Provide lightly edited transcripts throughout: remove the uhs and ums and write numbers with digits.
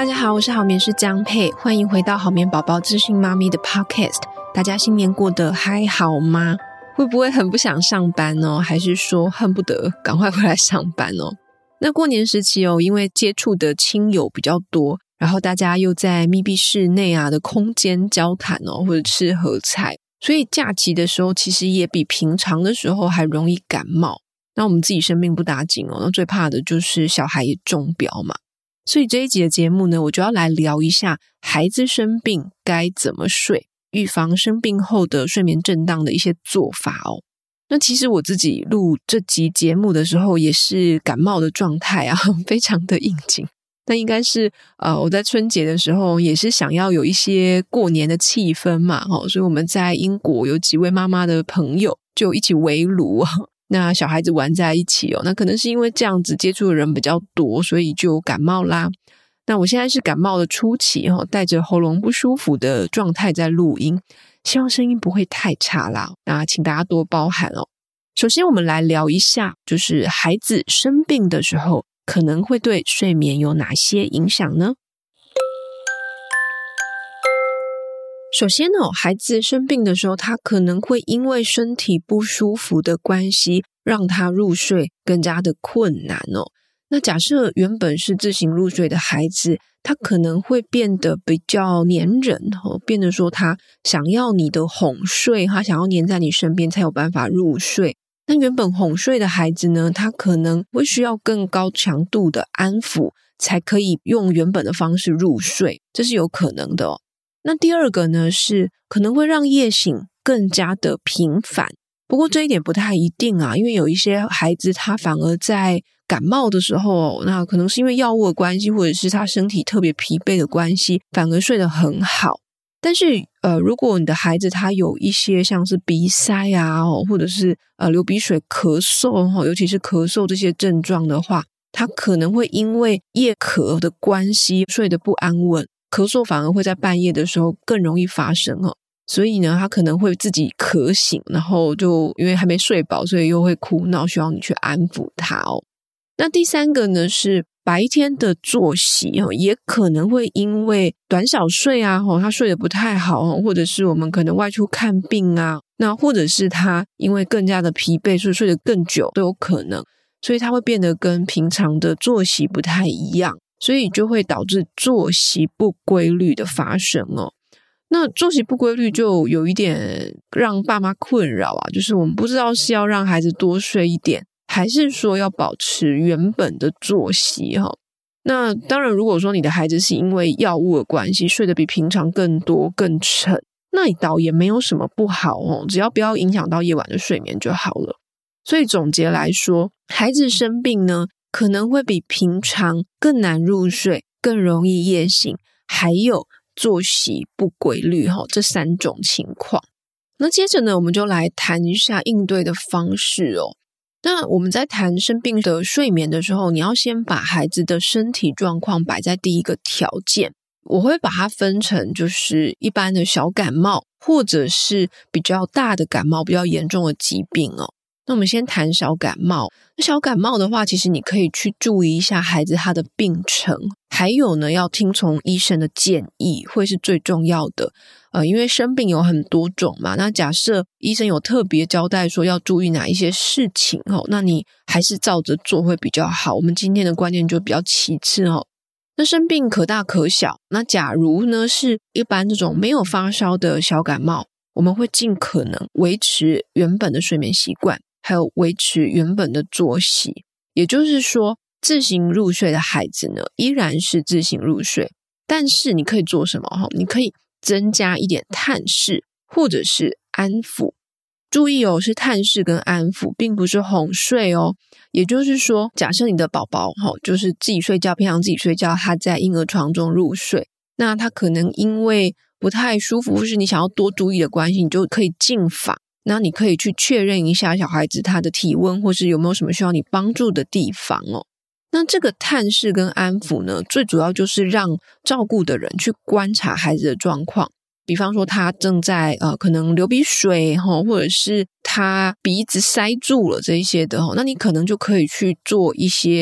大家好，我是好眠师江佩，欢迎回到好眠宝宝资讯妈咪的 Podcast。 大家新年过得还好吗？会不会很不想上班哦？还是说恨不得赶快回来上班哦？那过年时期哦，因为接触的亲友比较多，然后大家又在密闭室内的空间交谈哦，或者吃合菜，所以假期的时候其实也比平常的时候还容易感冒。那我们自己生病不打紧哦，那最怕的就是小孩也中标嘛。所以这一集的节目呢，我就要来聊一下孩子生病该怎么睡，预防生病后的睡眠震荡的一些做法哦。那其实我自己录这集节目的时候也是感冒的状态非常的应景。那应该是我在春节的时候也是想要有一些过年的气氛嘛，所以我们在英国有几位妈妈的朋友就一起围炉那小孩子玩在一起那可能是因为这样子接触的人比较多，所以就感冒啦。那我现在是感冒的初期带着喉咙不舒服的状态在录音，希望声音不会太差啦，那请大家多包涵哦。首先我们来聊一下，就是孩子生病的时候可能会对睡眠有哪些影响呢？首先孩子生病的时候，他可能会因为身体不舒服的关系，让他入睡更加的困难那假设原本是自行入睡的孩子，他可能会变得比较黏人变得说他想要你的哄睡，他想要黏在你身边才有办法入睡。那原本哄睡的孩子呢，他可能会需要更高强度的安抚，才可以用原本的方式入睡，这是有可能的那第二个呢，是可能会让夜醒更加的频繁。不过这一点不太一定因为有一些孩子他反而在感冒的时候，那可能是因为药物的关系，或者是他身体特别疲惫的关系，反而睡得很好。但是如果你的孩子他有一些像是鼻塞或者是流鼻水、咳嗽尤其是咳嗽这些症状的话，他可能会因为夜咳的关系睡得不安稳，咳嗽反而会在半夜的时候更容易发生所以呢他可能会自己咳醒，然后就因为还没睡饱，所以又会哭闹，需要你去安抚他那第三个呢，是白天的作息也可能会因为短小睡他睡得不太好或者是我们可能外出看病那或者是他因为更加的疲惫，所以睡得更久都有可能，所以他会变得跟平常的作息不太一样，所以就会导致作息不规律的发生那作息不规律就有一点让爸妈困扰就是我们不知道是要让孩子多睡一点，还是说要保持原本的作息那当然如果说你的孩子是因为药物的关系睡得比平常更多更沉，那你倒也没有什么不好只要不要影响到夜晚的睡眠就好了。所以总结来说，孩子生病呢可能会比平常更难入睡，更容易夜醒，还有作息不规律这三种情况。那接着呢，我们就来谈一下应对的方式那我们在谈生病的睡眠的时候，你要先把孩子的身体状况摆在第一个条件。我会把它分成就是一般的小感冒，或者是比较大的感冒，比较严重的疾病那我们先谈小感冒。那小感冒的话，其实你可以去注意一下孩子他的病程，还有呢要听从医生的建议会是最重要的因为生病有很多种嘛，那假设医生有特别交代说要注意哪一些事情那你还是照着做会比较好。我们今天的观念就比较其次那生病可大可小，那假如呢是一般这种没有发烧的小感冒，我们会尽可能维持原本的睡眠习惯，还有维持原本的作息。也就是说自行入睡的孩子呢依然是自行入睡，但是你可以做什么你可以增加一点探视或者是安抚。注意是探视跟安抚，并不是哄睡也就是说假设你的宝宝就是自己睡觉，平常自己睡觉，他在婴儿床中入睡，那他可能因为不太舒服或是你想要多注意的关系，你就可以进房，那你可以去确认一下小孩子他的体温，或是有没有什么需要你帮助的地方那这个探视跟安抚呢，最主要就是让照顾的人去观察孩子的状况。比方说他正在可能流鼻水或者是他鼻子塞住了这一些的那你可能就可以去做一些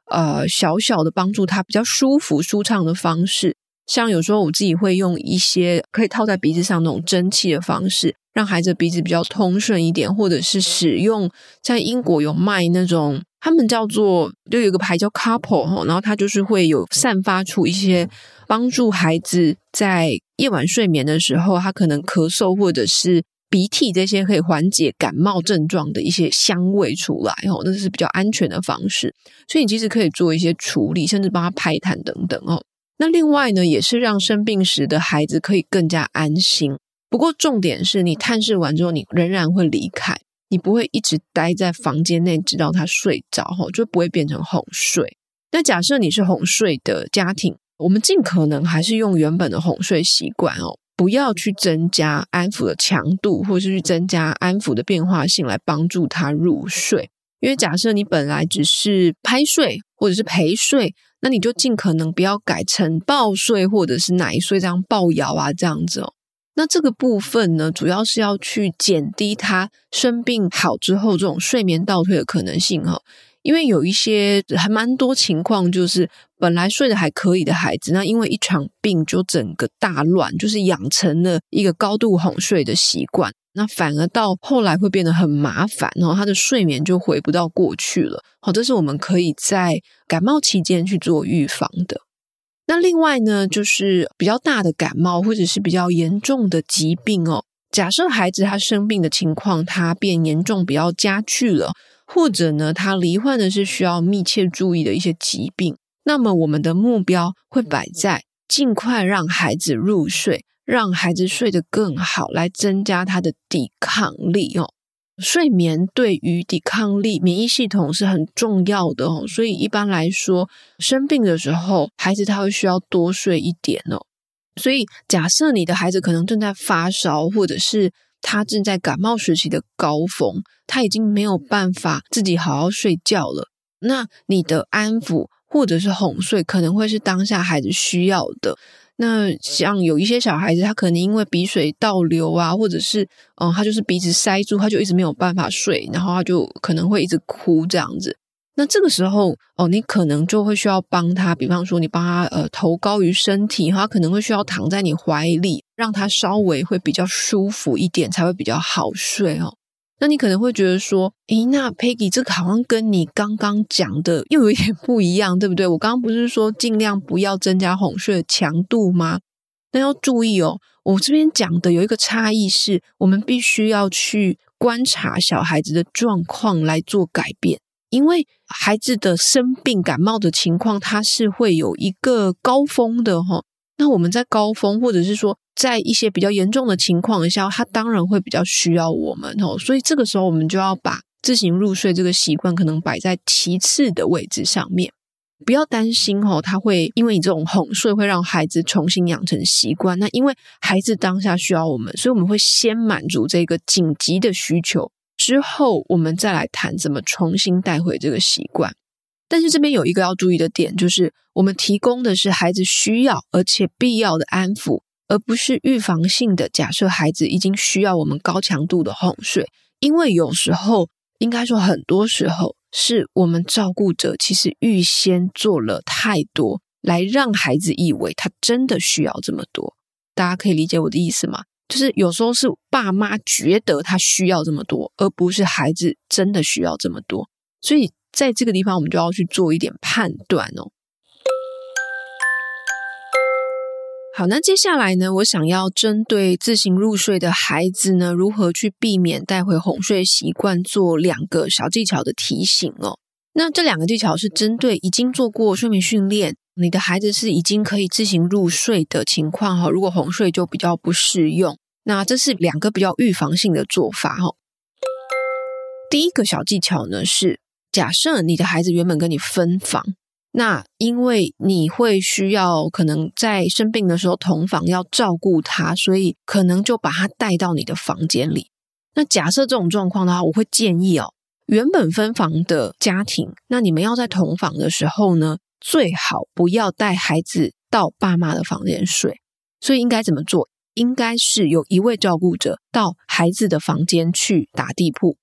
小小的帮助他比较舒服舒畅的方式。像有时候我自己会用一些可以套在鼻子上那种蒸汽的方式，让孩子的鼻子比较通顺一点，或者是使用在英国有卖那种他们就有一个牌叫 Couple， 然后它就是会有散发出一些帮助孩子在夜晚睡眠的时候，他可能咳嗽或者是鼻涕这些可以缓解感冒症状的一些香味出来，那是比较安全的方式。所以你其实可以做一些处理，甚至帮他拍痰等等。那另外呢，也是让生病时的孩子可以更加安心。不过重点是你探视完之后，你仍然会离开，你不会一直待在房间内直到他睡着，就不会变成哄睡。那假设你是哄睡的家庭，我们尽可能还是用原本的哄睡习惯，不要去增加安抚的强度，或是去增加安抚的变化性来帮助他入睡。因为假设你本来只是拍睡或者是陪睡，那你就尽可能不要改成抱睡或者是奶睡这样抱摇啊这样子。那这个部分呢，主要是要去减低他生病好之后这种睡眠倒退的可能性。因为有一些还蛮多情况，就是本来睡得还可以的孩子，那因为一场病就整个大乱，就是养成了一个高度哄睡的习惯，那反而到后来会变得很麻烦，他的睡眠就回不到过去了。这是我们可以在感冒期间去做预防的。那另外呢，就是比较大的感冒或者是比较严重的疾病假设孩子他生病的情况他变严重比较加剧了，或者呢他罹患的是需要密切注意的一些疾病，那么我们的目标会摆在尽快让孩子入睡，让孩子睡得更好，来增加他的抵抗力。睡眠对于抵抗力免疫系统是很重要的，所以一般来说生病的时候孩子他会需要多睡一点。所以假设你的孩子可能正在发烧，或者是他正在感冒时期的高峰，他已经没有办法自己好好睡觉了，那你的安抚或者是哄睡可能会是当下孩子需要的。那像有一些小孩子他可能因为鼻水倒流啊，或者是他就是鼻子塞住，他就一直没有办法睡，然后他就可能会一直哭这样子。那这个时候你可能就会需要帮他，比方说你帮他头高于身体，他可能会需要躺在你怀里，让他稍微会比较舒服一点才会比较好睡。那你可能会觉得说那 Peggy 这个好像跟你刚刚讲的又有一点不一样，对不对？我刚刚不是说尽量不要增加哄睡的强度吗？那要注意我这边讲的有一个差异是，我们必须要去观察小孩子的状况来做改变。因为孩子的生病感冒的情况它是会有一个高峰的那我们在高峰或者是说在一些比较严重的情况下，他当然会比较需要我们所以这个时候我们就要把自行入睡这个习惯可能摆在其次的位置上面。不要担心他会因为你这种哄睡会让孩子重新养成习惯，那因为孩子当下需要我们，所以我们会先满足这个紧急的需求，之后我们再来谈怎么重新带回这个习惯。但是这边有一个要注意的点，就是我们提供的是孩子需要而且必要的安抚，而不是预防性的假设孩子已经需要我们高强度的哄睡。因为有时候，应该说很多时候，是我们照顾者其实预先做了太多，来让孩子以为他真的需要这么多。大家可以理解我的意思吗？就是有时候是爸妈觉得他需要这么多，而不是孩子真的需要这么多。所以在这个地方我们就要去做一点判断好，那接下来呢，我想要针对自行入睡的孩子呢，如何去避免带回哄睡习惯做2个小技巧的提醒那这2个技巧是针对已经做过睡眠训练，你的孩子是已经可以自行入睡的情况如果哄睡就比较不适用。那这是2个比较预防性的做法第一个小技巧呢是，假设你的孩子原本跟你分房，那因为你会需要可能在生病的时候同房要照顾他，所以可能就把他带到你的房间里。那假设这种状况的话，我会建议原本分房的家庭，那你们要在同房的时候呢，最好不要带孩子到爸妈的房间睡。所以应该怎么做？应该是有一位照顾者到孩子的房间去打地铺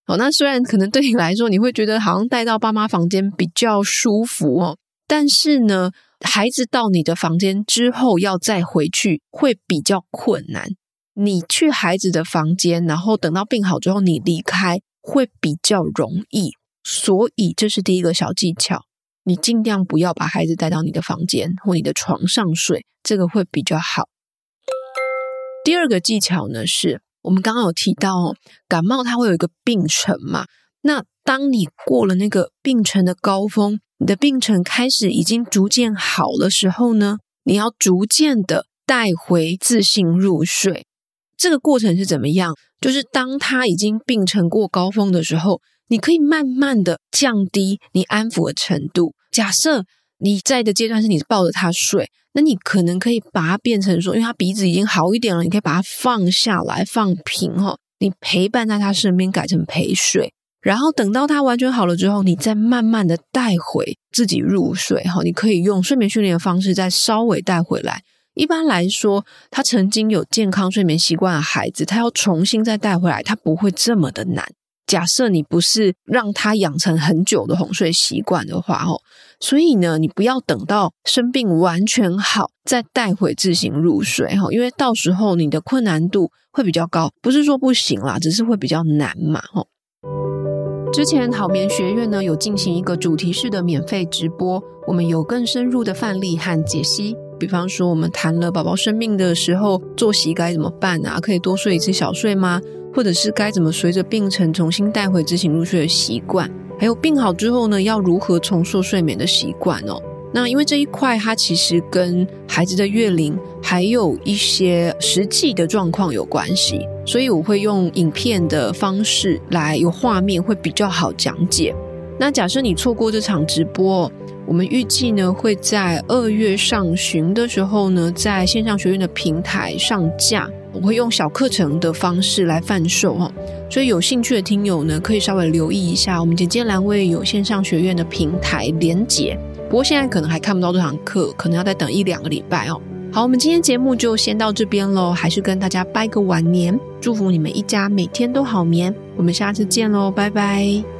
那虽然可能对你来说你会觉得好像带到爸妈房间比较舒服但是呢孩子到你的房间之后要再回去会比较困难，你去孩子的房间然后等到病好之后你离开会比较容易，所以这是第一个小技巧，你尽量不要把孩子带到你的房间或你的床上睡，这个会比较好。第二个技巧呢是我们刚刚有提到感冒它会有一个病程嘛，那当你过了那个病程的高峰，你的病程开始已经逐渐好的时候呢，你要逐渐的带回自信入睡。这个过程是怎么样？就是当他已经病程过高峰的时候，你可以慢慢的降低你安抚的程度。假设你在的阶段是你抱着他睡，那你可能可以把它变成说，因为他鼻子已经好一点了，你可以把它放下来放平你陪伴在他身边改成陪睡，然后等到他完全好了之后，你再慢慢的带回自己入睡你可以用睡眠训练的方式再稍微带回来。一般来说他曾经有健康睡眠习惯的孩子，他要重新再带回来他不会这么的难，假设你不是让他养成很久的哄睡习惯的话所以呢你不要等到生病完全好再带回自行入睡因为到时候你的困难度会比较高，不是说不行啦，只是会比较难嘛之前好眠学院呢有进行一个主题式的免费直播，我们有更深入的范例和解析，比方说我们谈了宝宝生病的时候作息该怎么办啊，可以多睡一次小睡吗，或者是该怎么随着病程重新带回自行入睡的习惯，还有病好之后呢要如何重塑睡眠的习惯那因为这一块它其实跟孩子的月龄还有一些实际的状况有关系，所以我会用影片的方式来有画面会比较好讲解。那假设你错过这场直播我们预计呢会在2月上旬的时候呢在线上学院的平台上架，我会用小课程的方式来贩售所以有兴趣的听友呢可以稍微留意一下，我们简介栏位有线上学院的平台连结，不过现在可能还看不到这堂课，可能要再等1-2个礼拜好，我们今天节目就先到这边咯，还是跟大家拜个晚年，祝福你们一家每天都好眠，我们下次见咯，拜拜。